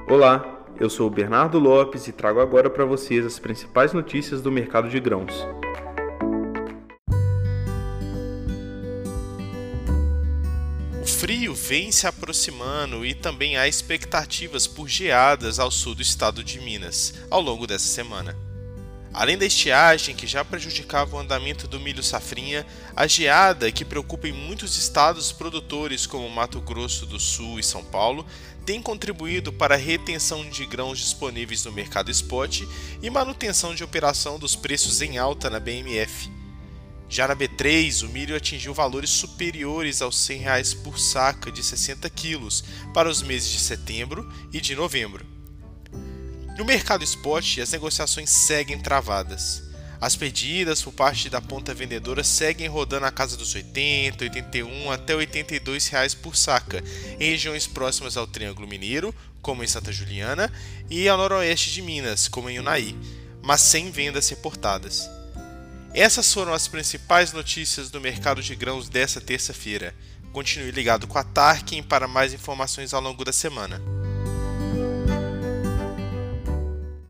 Olá, eu sou o Bernardo Lopes e trago agora para vocês as principais notícias do mercado de grãos. O frio vem se aproximando e também há expectativas por geadas ao sul do estado de Minas ao longo dessa semana. Além da estiagem que já prejudicava o andamento do milho safrinha, a geada, que preocupa em muitos estados produtores como Mato Grosso do Sul e São Paulo, tem contribuído para a retenção de grãos disponíveis no mercado spot e manutenção de operação dos preços em alta na BMF. Já na B3, o milho atingiu valores superiores aos R$ 100 por saca de 60 quilos para os meses de setembro e de novembro. No mercado spot, as negociações seguem travadas. As pedidas por parte da ponta vendedora seguem rodando a casa dos 80, 81 até R$ 82 por saca, em regiões próximas ao Triângulo Mineiro, como em Santa Juliana, e ao noroeste de Minas, como em Unai, mas sem vendas reportadas. Essas foram as principais notícias do mercado de grãos dessa terça-feira. Continue ligado com a Tarkin para mais informações ao longo da semana.